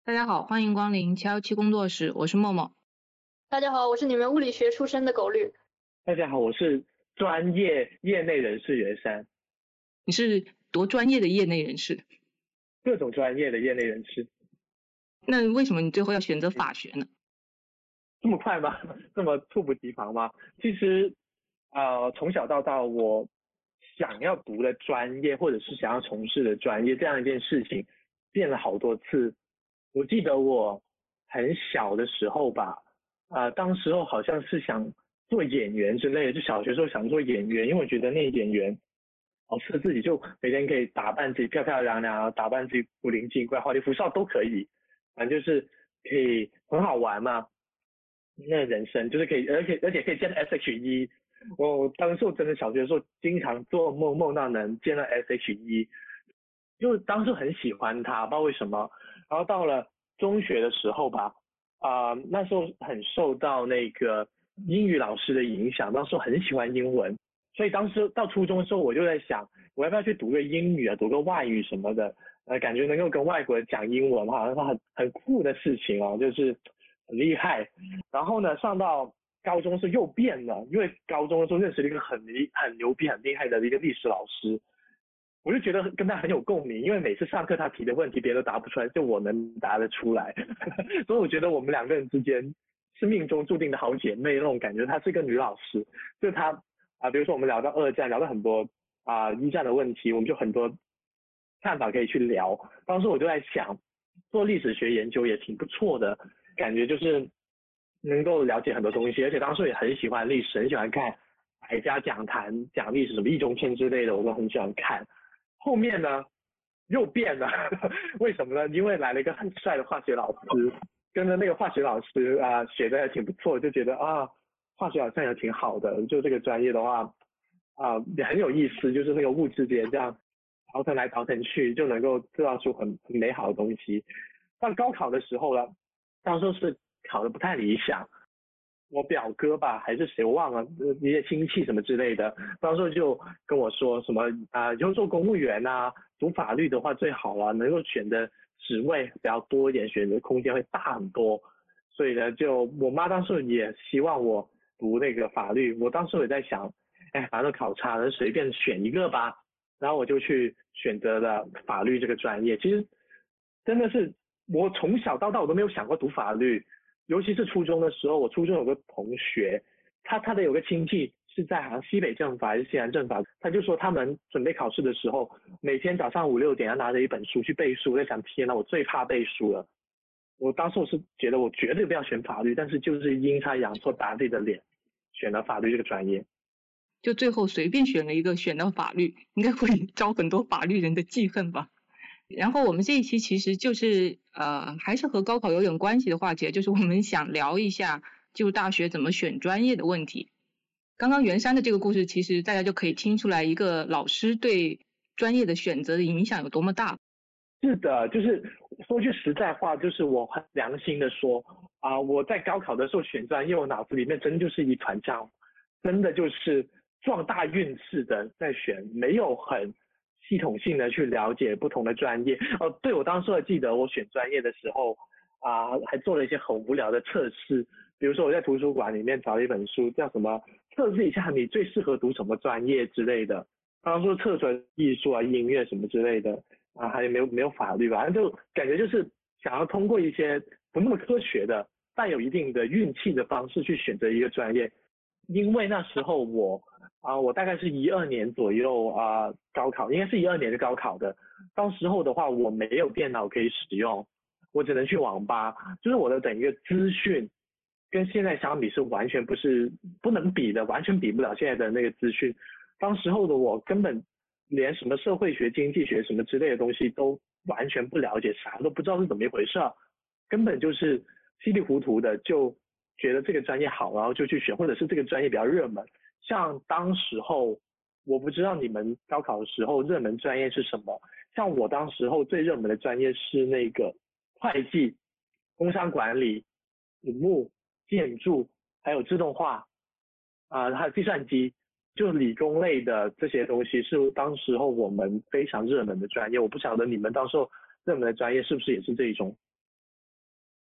大家好，欢迎光临717工作室，我是默默。 大家好，我是你们物理学出身的狗绿。 大家好，我是专业业内人士袁山。 你是多专业的业内人士？ 各种专业的业内人士。 那为什么你最后要选择法学呢？ 这么快吗？这么猝不及防吗？其实从小到大我想要读的专业或者是想要从事的专业这样一件事情变了好多次。我记得我很小的时候吧，当时候好像是想做演员之类的，就小学时候想做演员，因为我觉得那演员好适合自己，就每天可以打扮自己漂漂亮亮，打扮自己古灵精怪、花里胡哨都可以，反正就是可以很好玩嘛。那人生就是可以，而且可以见到 SHE。我当时我真的小学的时候经常做梦，梦到能见到 SHE， 就当时很喜欢他，不知道为什么。然后到了中学的时候吧，那时候很受到那个英语老师的影响，当时我很喜欢英文，所以当时到初中的时候我就在想，我要不要去读个英语啊，读个外语什么的，感觉能够跟外国人讲英文好像是很酷的事情哦，就是很厉害。然后呢，上到高中是又变了，因为高中的时候认识了一个很牛逼、很厉害的一个历史老师，我就觉得跟他很有共鸣，因为每次上课他提的问题别人都答不出来，就我能答得出来，所以我觉得我们两个人之间是命中注定的好姐妹那种感觉。她是一个女老师，就她比如说我们聊到二战，聊到很多一战的问题，我们就很多看法可以去聊。当时我就在想，做历史学研究也挺不错的，感觉就是能够了解很多东西，而且当时也很喜欢历史，很喜欢看百家讲坛讲历史，什么易中天之类的，我都很喜欢看。后面呢又变了，为什么呢？因为来了一个很帅的化学老师，跟着那个化学老师学的还挺不错，就觉得化学好像也挺好的，就这个专业的话也很有意思，就是那个物质间这样倒腾来倒腾去，就能够制造出很美好的东西。到高考的时候呢，当时是考得不太理想，我表哥吧还是谁我忘了，一些亲戚什么之类的，当时就跟我说什么以后做公务员啊，读法律的话最好了，能够选的职位比较多一点，选择空间会大很多。所以呢，就我妈当时也希望我读那个法律，我当时也在想，反正考差了随便选一个吧，然后我就去选择了法律这个专业。其实真的是我从小到大我都没有想过读法律。尤其是初中的时候，我初中有个同学，他的有个亲戚是在好像西北政法还是西南政法，他就说他们准备考试的时候，每天早上5、6点要拿着一本书去背书。我在想，天哪，我最怕背书了。我当时我是觉得我绝对不要选法律，但是就是阴差阳错打自己的脸，选了法律这个专业。 就最后随便选了一个，选到法律，应该会招很多法律人的记恨吧。然后我们这一期其实就是还是和高考有点关系的话题，就是我们想聊一下进入大学怎么选专业的问题。刚刚袁山的这个故事，其实大家就可以听出来一个老师对专业的选择的影响有多么大。 是的，就是说句实在话，就是我很良心的说我在高考的时候选专业，我脑子里面真的就是一团浆，真的就是撞大运似的在选，没有很系统性的去了解不同的专业。对，我当时还记得我选专业的时候还做了一些很无聊的测试，比如说我在图书馆里面找了一本书，叫什么测试一下你最适合读什么专业之类的，当时测出来艺术音乐什么之类的还有没有法律吧，就感觉就是想要通过一些不那么科学的带有一定的运气的方式去选择一个专业。因为那时候我大概是12年左右高考，应该是12年的高考的。当时候的话我没有电脑可以使用，我只能去网吧，就是我的整一个资讯跟现在相比是完全不能比的，完全比不了现在的那个资讯。当时候的我根本连什么社会学、经济学什么之类的东西都完全不了解，啥都不知道是怎么一回事，根本就是稀里糊涂的就觉得这个专业好，然后就去选，或者是这个专业比较热门。像当时候我不知道你们高考的时候热门专业是什么，像我当时候最热门的专业是那个会计、工商管理、土木、建筑，还有自动化还有计算机，就理工类的这些东西是当时候我们非常热门的专业。我不晓得你们到时候热门的专业是不是也是这一种。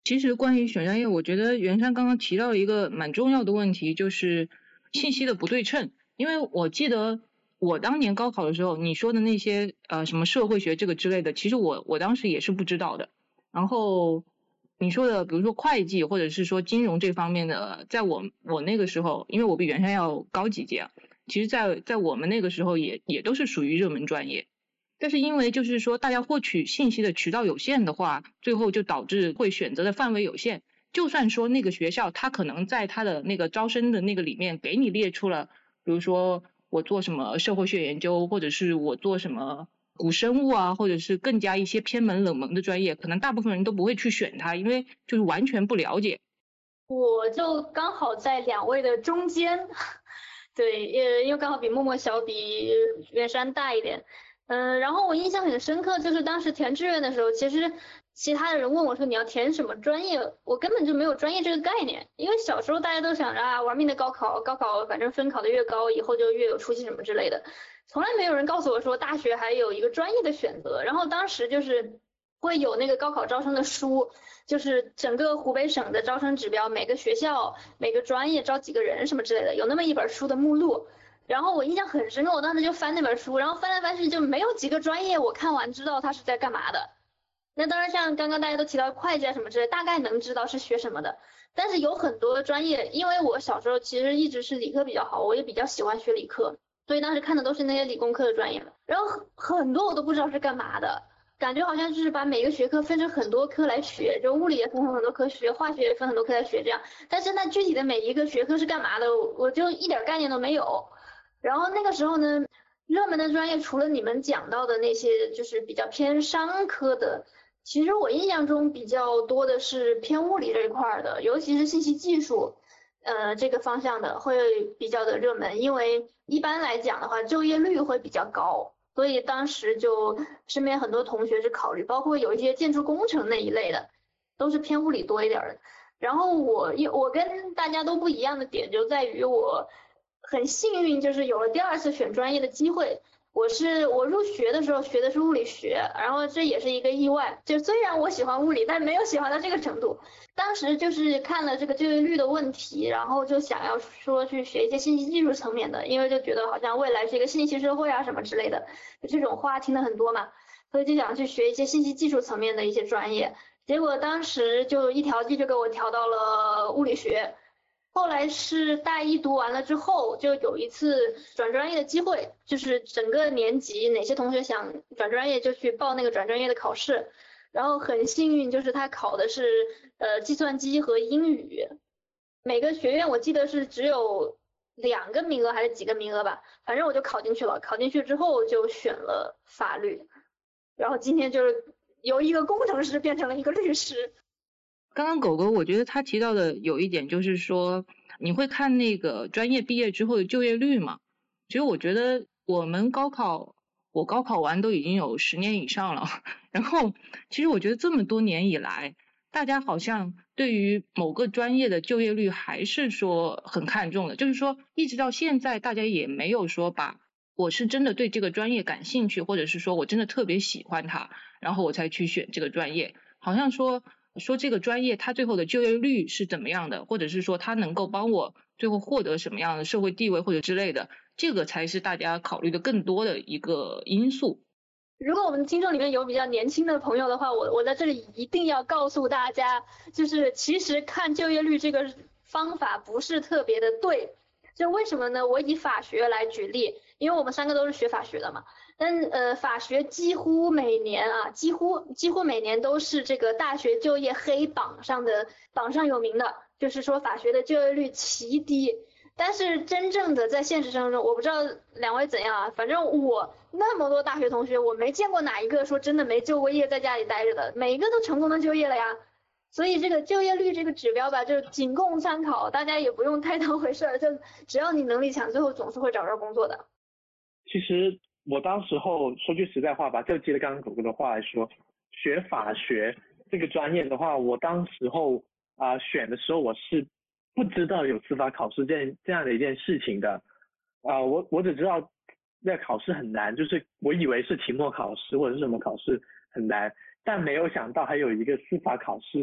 其实关于选专业，我觉得袁山刚刚提到了一个蛮重要的问题，就是信息的不对称。因为我记得我当年高考的时候，你说的那些什么社会学这个之类的，其实我当时也是不知道的。然后你说的比如说会计或者是说金融这方面的，在我那个时候，因为我比袁山要高几届啊，其实在我们那个时候也都是属于热门专业。但是因为就是说大家获取信息的渠道有限的话，最后就导致会选择的范围有限。就算说那个学校他可能在他的那个招生的那个里面给你列出了，比如说我做什么社会学研究，或者是我做什么古生物啊，或者是更加一些偏门冷门的专业，可能大部分人都不会去选它，因为就是完全不了解。 我就刚好在两位的中间，对，因为刚好比默默小，比袁山大一点。然后我印象很深刻，就是当时填志愿的时候，其实其他的人问我说你要填什么专业，我根本就没有专业这个概念，因为小时候大家都想着啊玩命的高考，反正分考的越高，以后就越有出息什么之类的，从来没有人告诉我说大学还有一个专业的选择。然后当时就是会有那个高考招生的书，就是整个湖北省的招生指标，每个学校每个专业招几个人什么之类的，有那么一本书的目录。然后我印象很深刻，我当时就翻那本书，然后翻来翻去就没有几个专业我看完知道它是在干嘛的。那当然像刚刚大家都提到会计啊什么之类，大概能知道是学什么的，但是有很多专业，因为我小时候其实一直是理科比较好，我也比较喜欢学理科，所以当时看的都是那些理工科的专业，然后很多我都不知道是干嘛的，感觉好像就是把每个学科分成很多科来学，就物理也分成很多科学，化学也分很多科来学这样，但是那具体的每一个学科是干嘛的，我就一点概念都没有。然后那个时候呢，热门的专业除了你们讲到的那些就是比较偏商科的，其实我印象中比较多的是偏物理这一块的，尤其是信息技术，这个方向的会比较的热门，因为一般来讲的话，就业率会比较高，所以当时就身边很多同学是考虑，包括有一些建筑工程那一类的，都是偏物理多一点的。然后我跟大家都不一样的点就在于我很幸运，就是有了第二次选专业的机会。我入学的时候学的是物理学，然后这也是一个意外，就虽然我喜欢物理，但没有喜欢到这个程度。当时就是看了这个就业率的问题，然后就想要说去学一些信息技术层面的，因为就觉得好像未来是一个信息社会啊什么之类的，就这种话听的很多嘛，所以就想去学一些信息技术层面的一些专业。结果当时就一调剂就给我调到了物理学。后来是大一读完了之后，就有一次转专业的机会，就是整个年级哪些同学想转专业就去报那个转专业的考试，然后很幸运就是他考的是计算机和英语，每个学院我记得是只有2个名额还是几个名额吧，反正我就考进去了，考进去之后就选了法律，然后今天就是由一个工程师变成了一个律师。 刚刚狗狗我觉得他提到的有一点就是说，你会看那个专业毕业之后的就业率嘛？其实我觉得我高考完都已经有10年以上了，然后其实我觉得这么多年以来，大家好像对于某个专业的就业率还是说很看重的，就是说一直到现在大家也没有说把我是真的对这个专业感兴趣，或者是说我真的特别喜欢它，然后我才去选这个专业，好像说这个专业它最后的就业率是怎么样的，或者是说它能够帮我最后获得什么样的社会地位或者之类的，这个才是大家考虑的更多的一个因素。 如果我们听众里面有比较年轻的朋友的话，我在这里一定要告诉大家，就是其实看就业率这个方法不是特别的对。就为什么呢？我以法学来举例，因为我们3个都是学法学的嘛。但法学几乎每年啊，几乎每年都是这个大学就业黑榜上有名的，就是说法学的就业率奇低。但是真正的在现实生活中，我不知道2位怎样啊，反正我那么多大学同学，我没见过哪一个说真的没就过业在家里待着的，每一个都成功的就业了呀。所以这个就业率这个指标吧，就仅供参考，大家也不用太当回事儿，就只要你能力强，最后总是会找着工作的。 其实我当时候说句实在话吧，就接着刚刚狗狗的话来说，学法学这个专业的话，我当时候选的时候我是不知道有司法考试这样的一件事情的，我只知道那考试很难，就是我以为是期末考试或者是什么考试很难，但没有想到还有一个司法考试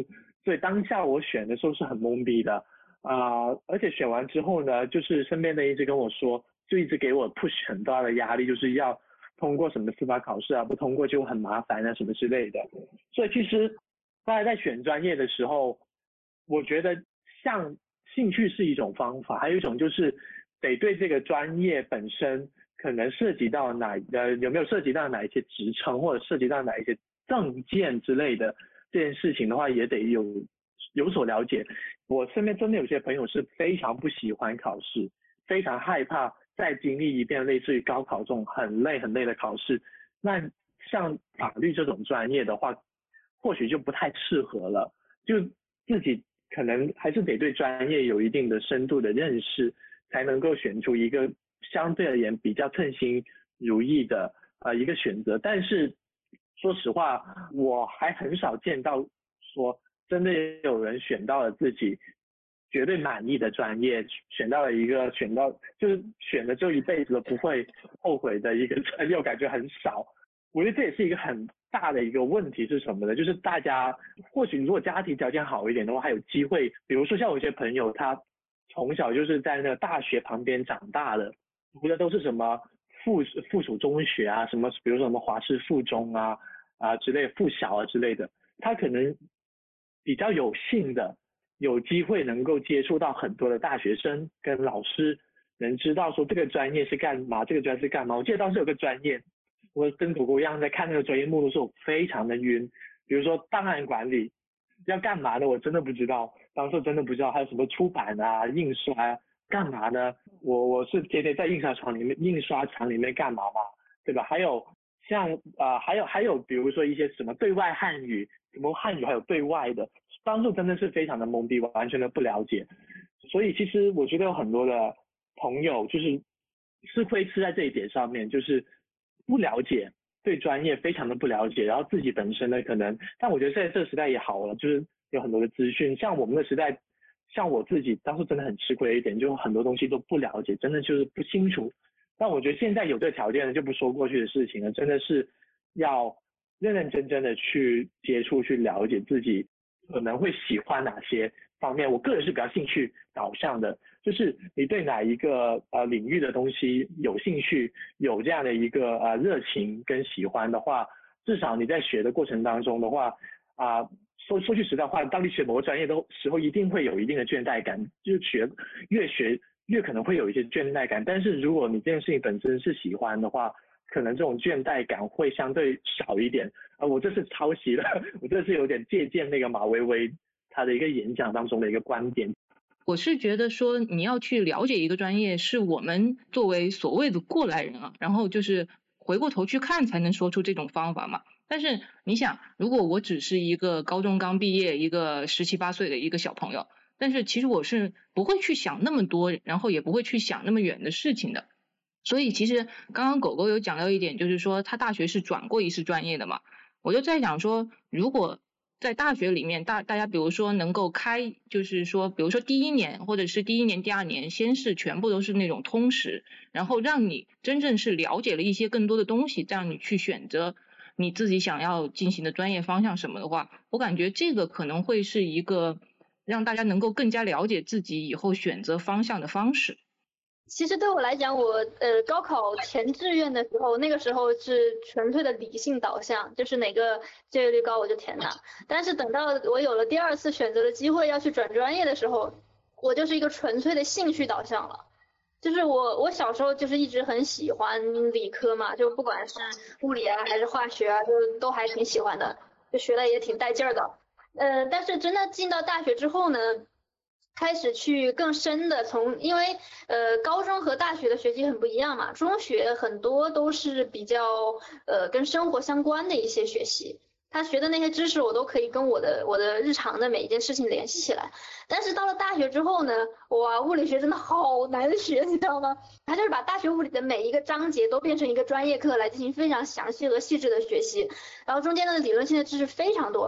所以当下我选的时候是很懵逼的而且选完之后呢，就是身边的一直跟我说，就一直给我 push 很大的压力，就是要通过什么司法考试啊，不通过就很麻烦啊什么之类的。所以其实大家在选专业的时候，我觉得像兴趣是一种方法，还有一种就是得对这个专业本身可能涉及到有没有涉及到哪一些职称，或者涉及到哪一些证件之类的这件事情的话，也得有所了解。我身边真的有些朋友是非常不喜欢考试，非常害怕再经历一遍类似于高考这种很累的考试。那像法律这种专业的话，或许就不太适合了，就自己可能还是得对专业有一定的深度的认识，才能够选出一个相对而言比较称心如意的一个选择。但是说实话，我还很少见到说真的有人选到了自己绝对满意的专业，选到就是选了就一辈子都不会后悔的一个专业，我感觉很少。我觉得这也是一个很大的一个问题是什么呢？就是大家或许如果家庭条件好一点的话，还有机会，比如说像我一些朋友，他从小就是在那个大学旁边长大的，读的都是什么附属中学啊，什么比如说什么华师附中之类附小之类的，他可能比较有幸的有机会能够接触到很多的大学生跟老师，能知道说这个专业是干嘛，这个专业是干嘛。我记得当时有个专业，我跟狗狗一样在看那个专业目录的时候非常的晕，比如说档案管理要干嘛的我真的不知道，当时真的不知道还有什么出版啊印刷干嘛呢？我是天天在印刷厂里面干嘛嘛，对吧？还有像还有比如说一些什么对外汉语，什么汉语还有对外的，当时真的是非常的懵逼，完全的不了解。所以其实我觉得有很多的朋友是会吃在这一点上面，就是不了解，对专业非常的不了解，然后自己本身呢可能，但我觉得在这个时代也好了，就是有很多的资讯，像我们的时代，像我自己当时真的很吃亏的一点，就很多东西都不了解，真的就是不清楚。但我觉得现在有这个条件呢，就不说过去的事情了，真的是要认认真真的去接触，去了解自己可能会喜欢哪些方面。我个人是比较兴趣导向的，就是你对哪一个领域的东西有兴趣，有这样的一个热情跟喜欢的话，至少你在学的过程当中的话说句实在话，当你学某个专业的时候，一定会有一定的倦怠感，就是越学越可能会有一些倦怠感。但是如果你这件事情本身是喜欢的话，可能这种倦怠感会相对少一点。我这是抄袭了，我这是有点借鉴那个马薇薇他的一个演讲当中的一个观点。 我是觉得说你要去了解一个专业，是我们作为所谓的过来人然后就是回过头去看才能说出这种方法嘛。但是你想，如果我只是一个高中刚毕业一个17、18岁的一个小朋友，但是其实我是不会去想那么多，然后也不会去想那么远的事情的。所以其实刚刚狗狗有讲到一点，就是说他大学是转过一次专业的嘛，我就在想说，如果在大学里面大家比如说能够就是说比如说第一年或者是第一年第二年先是全部都是那种通识，然后让你真正是了解了一些更多的东西，让你去选择你自己想要进行的专业方向什么的话，我感觉这个可能会是一个让大家能够更加了解自己以后选择方向的方式。 其实对我来讲，我高考填志愿的时候，那个时候是纯粹的理性导向，就是哪个就业率高我就填哪。但是等到我有了第二次选择的机会要去转专业的时候，我就是一个纯粹的兴趣导向了。就是我小时候就是一直很喜欢理科嘛，就不管是物理啊还是化学啊，就都还挺喜欢的，就学的也挺带劲儿的。但是真的进到大学之后呢，开始去更深的因为高中和大学的学习很不一样嘛，中学很多都是比较跟生活相关的一些学习，他学的那些知识我都可以跟我的日常的每一件事情联系起来。但是到了大学之后呢，哇，物理学真的好难学，你知道吗？他就是把大学物理的每一个章节都变成一个专业课来进行非常详细和细致的学习，然后中间的理论性的知识非常多。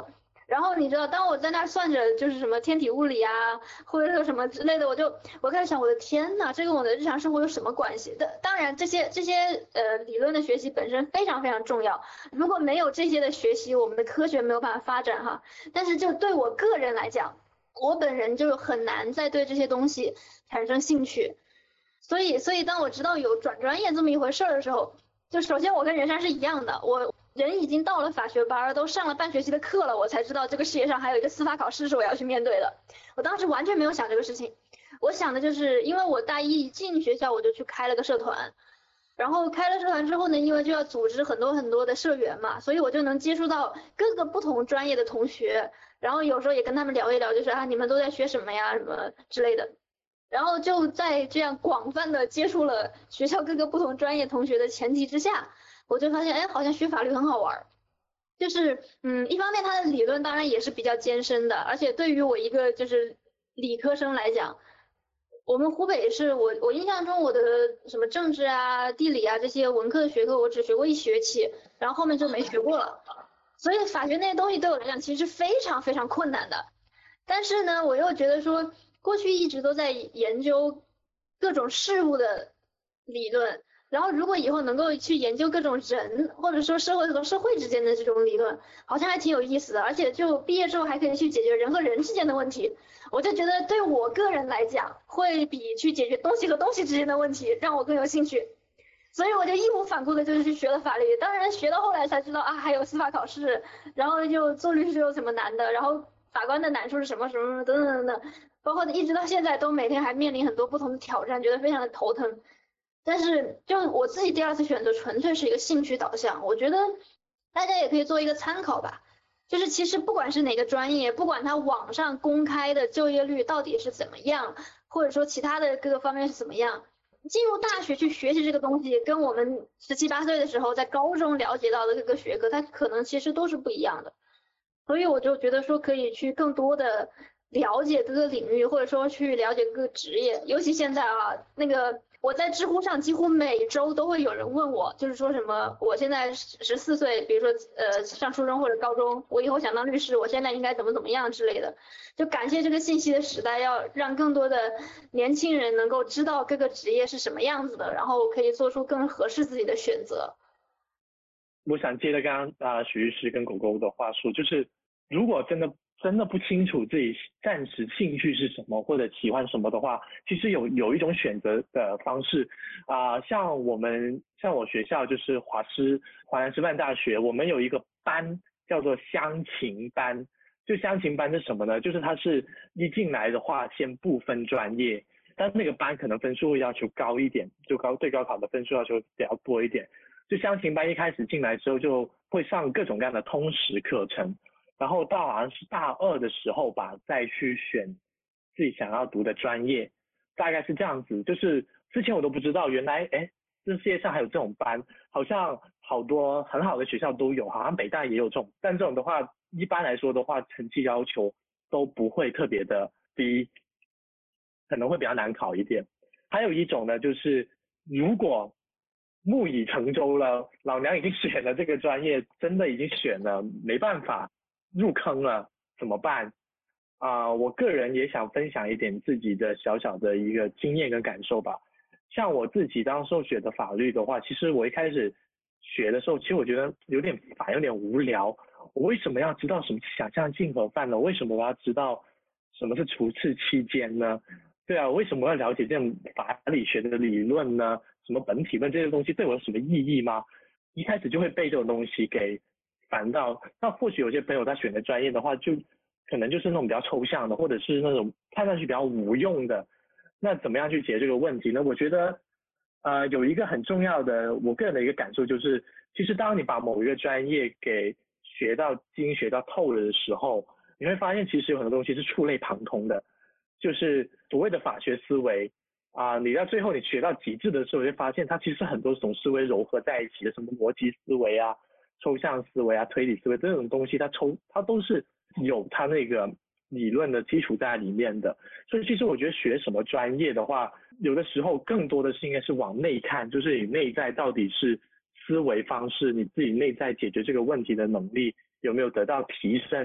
然后你知道，当我在那儿算着就是什么天体物理啊，或者说什么之类的，我开始想，我的天呐，这跟我的日常生活有什么关系？当然这些理论的学习本身非常非常重要，如果没有这些的学习，我们的科学没有办法发展哈。但是就对我个人来讲，我本人就很难再对这些东西产生兴趣。所以当我知道有转专业这么一回事儿的时候，就首先我跟任山是一样的，我人已经到了法学班，都上了半学期的课了，我才知道这个世界上还有一个司法考试是我要去面对的。我当时完全没有想这个事情，我想的就是因为我大一一进学校我就去开了个社团，然后开了社团之后呢，因为就要组织很多很多的社员嘛，所以我就能接触到各个不同专业的同学，然后有时候也跟他们聊一聊，就是你们都在学什么呀，什么之类的。然后就在这样广泛的接触了学校各个不同专业同学的前提之下，我就发现，哎，好像学法律很好玩。就是一方面它的理论当然也是比较艰深的，而且对于我一个就是理科生来讲，我们湖北是我印象中我的什么政治啊、地理啊这些文科的学科我只学过一学期，然后后面就没学过了。所以法学那些东西对我来讲其实是非常非常困难的。但是呢，我又觉得说过去一直都在研究各种事物的理论，然后如果以后能够去研究各种人或者说社会和社会之间的这种理论，好像还挺有意思的，而且就毕业之后还可以去解决人和人之间的问题，我就觉得对我个人来讲，会比去解决东西和东西之间的问题让我更有兴趣。所以我就义无反顾的就是去学了法律，当然学到后来才知道还有司法考试，然后就做律师有什么难的，然后法官的难处是什么什么等等等等，包括一直到现在都每天还面临很多不同的挑战，觉得非常的头疼。但是就我自己第二次选择纯粹是一个兴趣导向，我觉得大家也可以做一个参考吧。就是其实不管是哪个专业，不管它网上公开的就业率到底是怎么样，或者说其他的各个方面是怎么样，进入大学去学习这个东西，跟我们17、18岁的时候在高中了解到的各个学科，它可能其实都是不一样的。所以我就觉得说可以去更多的了解各个领域，或者说去了解各个职业。尤其现在那个我在知乎上几乎每周都会有人问我，就是说什么我现在14岁，比如说上初中或者高中，我以后想当律师，我现在应该怎么样之类的。就感谢这个信息的时代，要让更多的年轻人能够知道各个职业是什么样子的，然后可以做出更合适自己的选择。 我想接着刚刚许律师跟狗狗的话说，就是如果真的不清楚自己暂时兴趣是什么或者喜欢什么的话，其实有一种选择的方式像我学校就是华南师范大学，我们有一个班叫做乡情班。就乡情班是什么呢？就是它是一进来的话先不分专业，但是那个班可能分数会要求高一点，就对高考的分数要求比较多一点。就乡情班一开始进来之后就会上各种各样的通识课程，然后到好像是大2的时候吧，再去选自己想要读的专业，大概是这样子。就是之前我都不知道，原来这世界上还有这种班，好像好多很好的学校都有，好像北大也有这种，但这种的话一般来说的话成绩要求都不会特别的低，可能会比较难考一点。还有一种呢，就是如果木已成舟了，老娘已经选了这个专业，真的已经选了，没办法入坑了，怎么办？我个人也想分享一点自己的小小的一个经验跟感受吧。像我自己当时候学的法律的话，其实我一开始学的时候，其实我觉得有点烦，有点无聊。我为什么要知道什么是想象竞合犯呢？为什么我要知道什么是除斥期间呢？对啊，为什么要了解这种法理学的理论呢？什么本体论这些东西对我有什么意义吗？一开始就会被这种东西给烦到。那或许有些朋友他选的专业的话，就可能就是那种比较抽象的，或者是那种看上去比较无用的。那怎么样去解决这个问题呢？我觉得有一个很重要的我个人的一个感受就是，其实当你把某一个专业给学到精学到透了的时候，你会发现其实有很多东西是触类旁通的，就是所谓的法学思维你到最后你学到极致的时候，你会发现它其实很多种思维糅合在一起的，什么逻辑思维啊、抽象思维啊、推理思维这种东西，它都是有它那个理论的基础在里面的。所以其实我觉得学什么专业的话，有的时候更多的是应该是往内看，就是你内在到底是思维方式，你自己内在解决这个问题的能力有没有得到提升，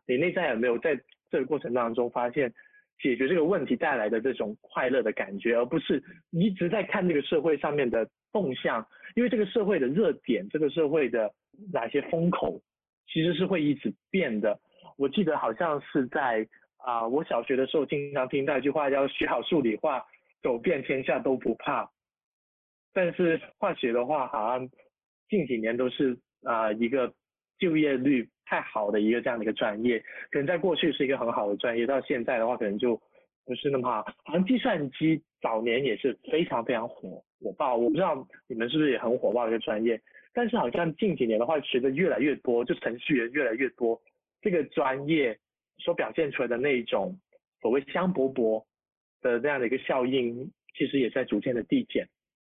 你内在有没有在这个过程当中发现解决这个问题带来的这种快乐的感觉，而不是一直在看这个社会上面的动向，因为这个社会的热点，这个社会的哪些风口其实是会一直变的。我记得好像是在我小学的时候经常听到一句话叫学好数理化，走遍天下都不怕。但是化学的话好像近几年都是一个就业率太好的一个这样的一个专业，可能在过去是一个很好的专业，到现在的话可能就不是那么好。好像计算机早年也是非常非常火爆，我不知道你们是不是也很火爆的一个专业，但是好像近几年的话随着越来越多，就程序员越来越多，这个专业所表现出来的那种所谓香饽饽的这样的一个效应，其实也在逐渐的递减。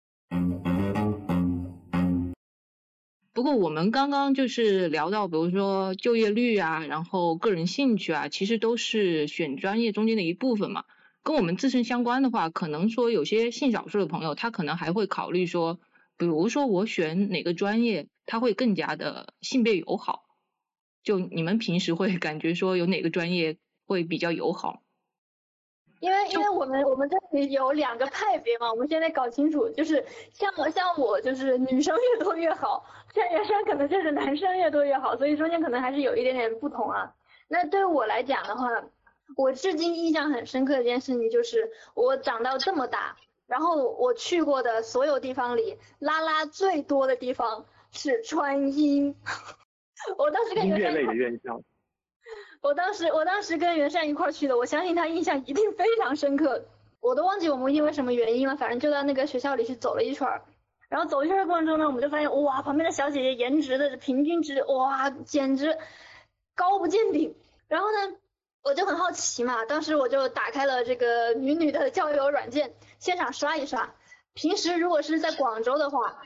不过我们刚刚就是聊到，比如说就业率啊，然后个人兴趣啊，其实都是选专业中间的一部分嘛。跟我们自身相关的话，可能说有些性少数的朋友，他可能还会考虑说，比如说我选哪个专业，他会更加的性别友好。就你们平时会感觉说有哪个专业会比较友好？ 因为我们这里有2个派别嘛，我们现在搞清楚，就是像我就是女生越多越好，像袁山可能就是男生越多越好，所以中间可能还是有一点点不同啊。那对我来讲的话，我至今印象很深刻的一件事情就是我长到这么大，然后我去过的所有地方里，拉拉最多的地方是川音。我当时跟音乐类的院校。 我当时跟袁善一块儿去的，我相信他印象一定非常深刻。我都忘记我们因为什么原因了，反正就到那个学校里去走了一圈儿。然后走一圈的过程中呢，我们就发现哇，旁边的小姐姐颜值的平均值哇，简直高不见顶。然后呢，我就很好奇嘛，当时我就打开了这个女的交友软件，现场刷一刷。平时如果是在广州的话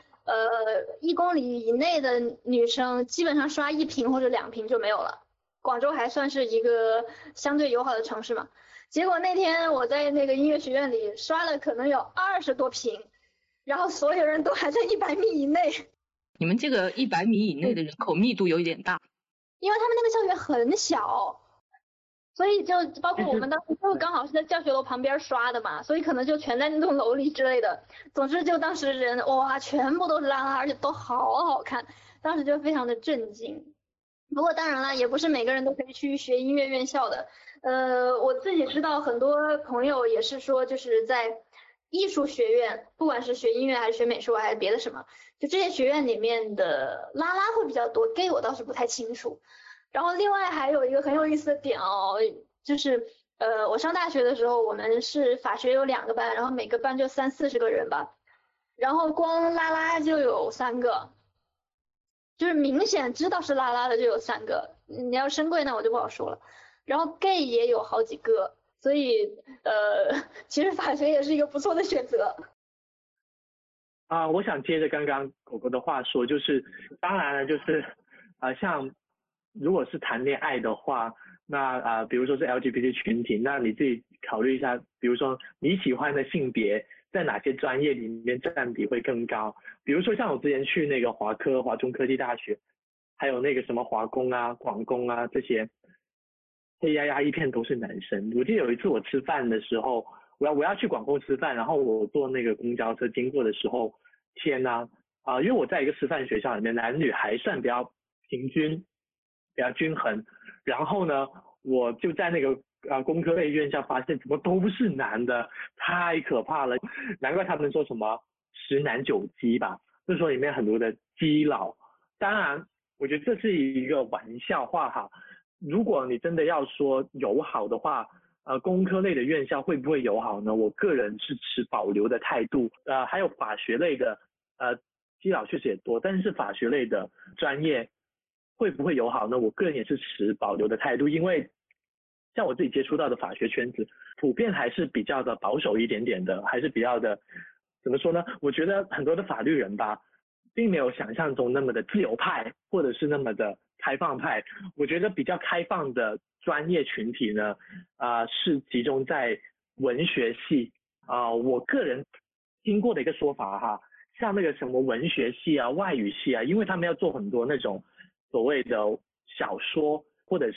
，1公里以内的女生基本上刷1瓶或者2瓶就没有了。广州还算是一个相对友好的城市嘛，结果那天我在那个音乐学院里刷了可能有20多瓶，然后所有人都还在100米以内。 你们这个100米以内的人口密度有一点大。 因为他们那个校园很小，所以就包括我们当时就刚好是在教学楼旁边刷的嘛，所以可能就全在那栋楼里之类的。总之就当时人哇，全部都是拉拉，而且都好好看，当时就非常的震惊。不过当然了，也不是每个人都可以去学音乐院校的。我自己知道很多朋友也是说，就是在艺术学院，不管是学音乐还是学美术还是别的什么，就这些学院里面的拉拉会比较多 ，gay 我倒是不太清楚。然后另外还有一个很有意思的点哦，就是我上大学的时候，我们是法学有2个班，然后每个班就30-40个人吧，然后光拉拉就有3个。就是明显知道是拉拉的就有3个，你要深柜那我就不好说了。然后 gay 也有好几个，所以其实法学也是一个不错的选择。 我想接着刚刚狗狗的话说，就是当然了，就是像如果是谈恋爱的话，那比如说是 LGBT 群体，那你自己考虑一下，比如说你喜欢的性别在哪些专业里面占比会更高？比如说像我之前去那个华中科技大学，还有那个什么华工啊、广工啊这些，黑压压一片都是男生。我记得有一次我吃饭的时候，我要去广工吃饭，然后我坐那个公交车经过的时候，天呐，因为我在一个师范学校里面，男女还算比较平均、比较均衡。然后呢，我就在那个工科类院校发现，怎么都是男的，太可怕了。难怪他们说什么10男9基吧，就是说里面很多的基佬。当然，我觉得这是一个玩笑话哈。如果你真的要说友好的话，工科类的院校会不会友好呢？我个人是持保留的态度。还有法学类的，基佬确实也多，但是法学类的专业会不会友好呢？我个人也是持保留的态度，因为像我自己接触到的法学圈子，普遍还是比较的保守一点点的，还是比较的怎么说呢？我觉得很多的法律人吧，并没有想象中那么的自由派，或者是那么的开放派。我觉得比较开放的专业群体呢，是集中在文学系。我个人听过的一个说法哈，像那个什么文学系啊、外语系啊，因为他们要做很多那种所谓的小说或者是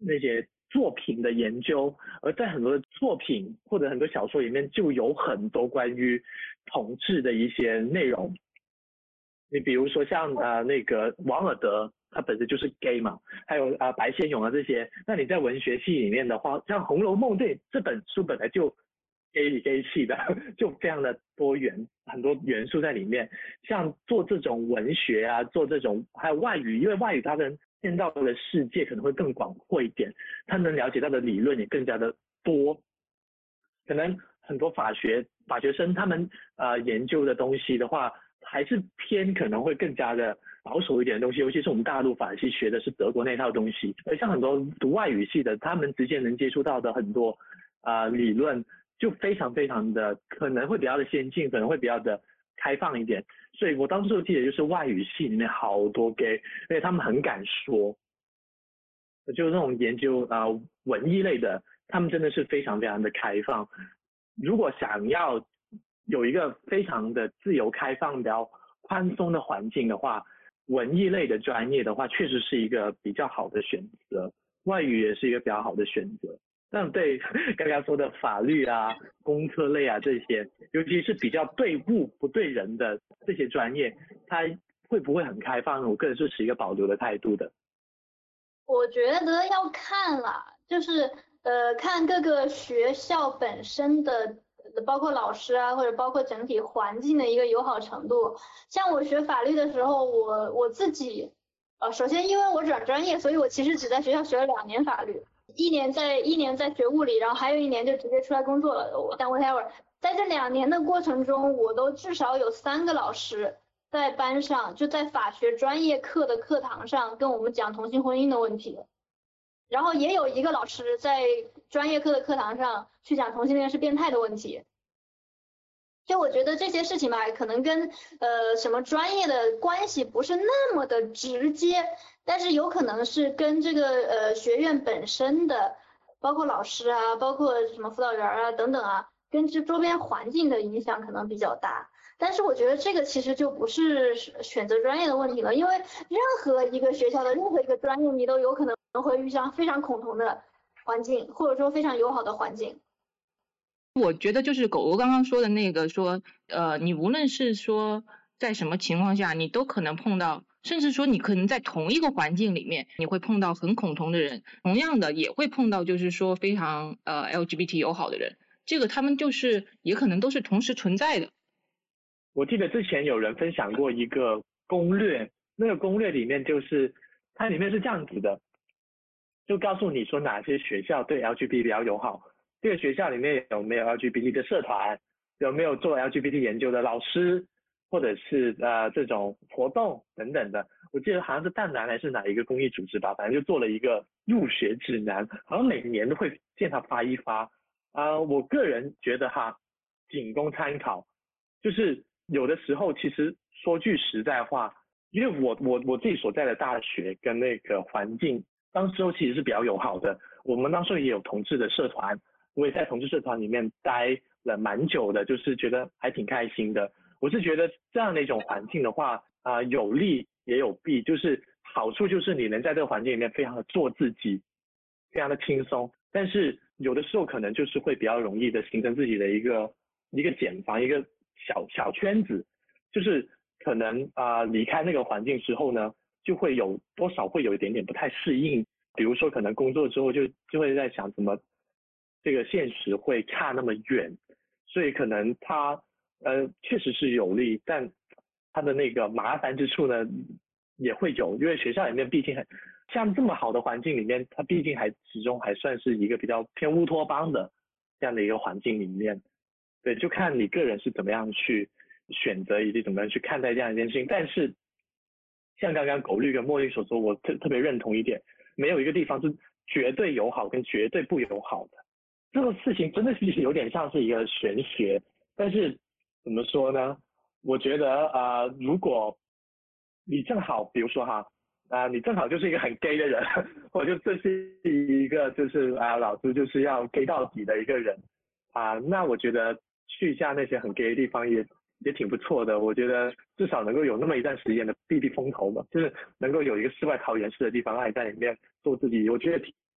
那些作品的研究，而在很多的作品或者很多小说里面就有很多关于同志的一些内容。你比如说像那个王尔德，他本身就是 gay 嘛，还有白先勇啊这些。那你在文学系里面的话，像《红楼梦》这本书本来就 gay 里 gay 气的，就非常的多元，很多元素在里面。像做这种文学啊，做这种还有外语，因为外语它能见到的世界可能会更广阔一点，他能了解到的理论也更加的多。可能很多法学生他们研究的东西的话，还是偏可能会更加的保守一点的东西，尤其是我们大陆法系学的是德国那套东西，而像很多读外语系的，他们直接能接触到的很多理论，就非常非常的可能会比较的先进，可能会比较的开放一点。所以我当时记得就是外语系里面好多 gay， 而且他们很敢说，就是那种研究文艺类的，他们真的是非常非常的开放。如果想要有一个非常的自由开放比较宽松的环境的话，文艺类的专业的话确实是一个比较好的选择，外语也是一个比较好的选择。但对刚刚说的法律啊、工科类啊这些，尤其是比较对物不对人的这些专业，它会不会很开放？我个人是持一个保留的态度的。 我觉得要看啦，就是看各个学校本身的，包括老师啊，或者包括整体环境的一个友好程度。像我学法律的时候，我自己首先因为我转专业，所以我其实只在学校学了2年法律，一年在学物理，然后还有1年就直接出来工作了。但 whatever， 在这2年的过程中，我都至少有3个老师在班上，就在法学专业课的课堂上跟我们讲同性婚姻的问题，然后也有1个老师在专业课的课堂上去讲同性恋是变态的问题。就我觉得这些事情吧，可能跟什么专业的关系不是那么的直接，但是有可能是跟这个学院本身的，包括老师啊，包括什么辅导员啊等等啊，跟这周边环境的影响可能比较大。但是我觉得这个其实就不是选择专业的问题了，因为任何一个学校的任何一个专业，你都有可能会遇上非常恐同的环境，或者说非常友好的环境。 我觉得就是狗狗刚刚说的那个说，你无论是说在什么情况下，你都可能碰到，甚至说你可能在同一个环境里面，你会碰到很恐同的人，同样的也会碰到就是说非常LGBT 友好的人，这个他们就是也可能都是同时存在的。 我记得之前有人分享过一个攻略，那个攻略里面就是它里面是这样子的，就告诉你说哪些学校对 LGBT 比较友好，这个学校里面有没有 LGBT 的社团，有没有做 LGBT 研究的老师，或者是这种活动等等的。我记得好像是淡南还是哪一个公益组织吧，反正就做了一个入学指南，好像每年都会见他发一发。我个人觉得仅供参考。就是有的时候其实说句实在话，因为我自己所在的大学跟那个环境当时候其实是比较友好的，我们当时候也有同志的社团，我也在同志社团里面待了蛮久的，就是觉得还挺开心的。我是觉得这样的一种环境的话有利也有弊，就是好处就是你能在这个环境里面非常的做自己，非常的轻松，但是有的时候可能就是会比较容易的形成自己的一个茧房，一个小圈子，就是可能离开那个环境之后呢，就会有多少会有一点点不太适应，比如说可能工作之后就会在想怎么这个现实会差那么远，所以可能它确实是有利，但它的那个麻烦之处呢也会有，因为学校里面毕竟像这么好的环境里面，它毕竟始终还算是一个比较偏乌托邦的这样的一个环境里面。对，就看你个人是怎么样去选择，以及怎么样去看待这样一件事情。但是像刚刚狗绿跟茉莉所说，我特别认同一点，没有一个地方是绝对友好跟绝对不友好的。这个事情真的是有点像是一个玄学，但是怎么说呢？我觉得如果你正好，比如说你正好就是一个很 gay 的人，我就这是一个就是老子就是要 gay 到底的一个人那我觉得去一下那些很 gay 的地方也挺不错的。我觉得至少能够有那么一段避避风头嘛，就是能够有一个世外桃源式的地方让你在里面做自己，我觉得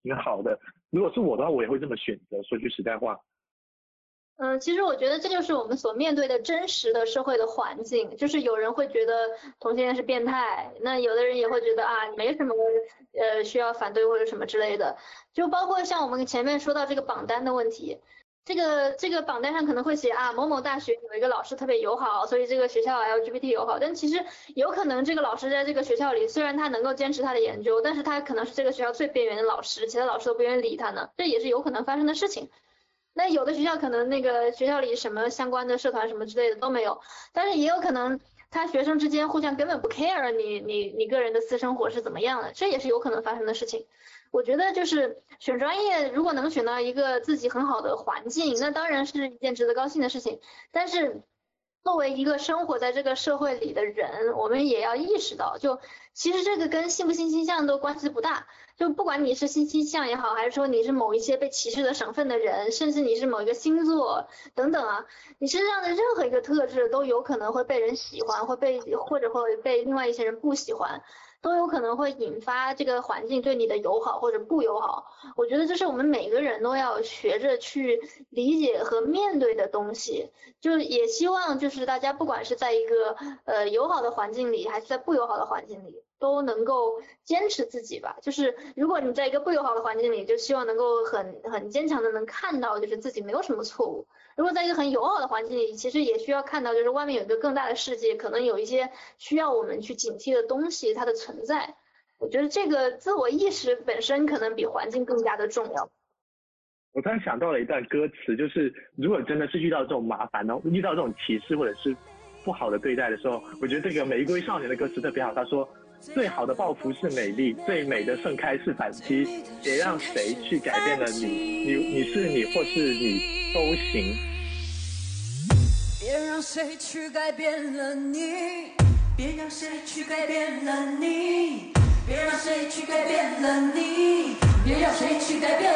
挺好的。如果是我的话，我也会这么选择。说句实在话。 其实我觉得这就是我们所面对的真实的社会的环境，就是有人会觉得同性恋是变态，那有的人也会觉得啊没什么需要反对或者什么之类的，就包括像我们前面说到这个榜单的问题，这个榜单上可能会写啊某某大学有一个老师特别友好，所以这个学校 LGBT 友好，但其实有可能这个老师在这个学校里虽然他能够坚持他的研究，但是他可能是这个学校最边缘的老师，其他老师都不愿意理他呢，这也是有可能发生的事情。那有的学校可能那个学校里什么相关的社团什么之类的都没有，但是也有可能他学生之间互相根本不 care 你个人的私生活是怎么样的，这也是有可能发生的事情。我觉得就是选专业，如果能选到一个自己很好的环境，那当然是一件值得高兴的事情。但是作为一个生活在这个社会里的人，我们也要意识到，就其实这个跟性不性倾向都关系不大。就不管你是性倾向也好，还是说你是某一些被歧视的省份的人，甚至你是某一个星座等等啊，你身上的任何一个特质都有可能会被人喜欢，或者会被另外一些人不喜欢，都有可能会引发这个环境对你的友好或者不友好。我觉得这是我们每个人都要学着去理解和面对的东西。就也希望就是大家不管是在一个友好的环境里，还是在不友好的环境里，都能够坚持自己吧。就是如果你在一个不友好的环境里，就希望能够很坚强的能看到就是自己没有什么错误。如果在一个很友好的环境里，其实也需要看到就是外面有一个更大的世界，可能有一些需要我们去警惕的东西它的存在。我觉得这个自我意识本身可能比环境更加的重要。 我突然想到了一段歌词，就是如果真的是遇到这种麻烦，然后遇到这种歧视或者是不好的对待的时候，我觉得这个玫瑰少年的歌词特别好。他说最好的报复是美丽，最美的盛开是反击，别让谁去改变了你，你是你或是你都行。 别让谁去改变了你，别让谁去改变了你，别让谁去改变了你，别让谁去改变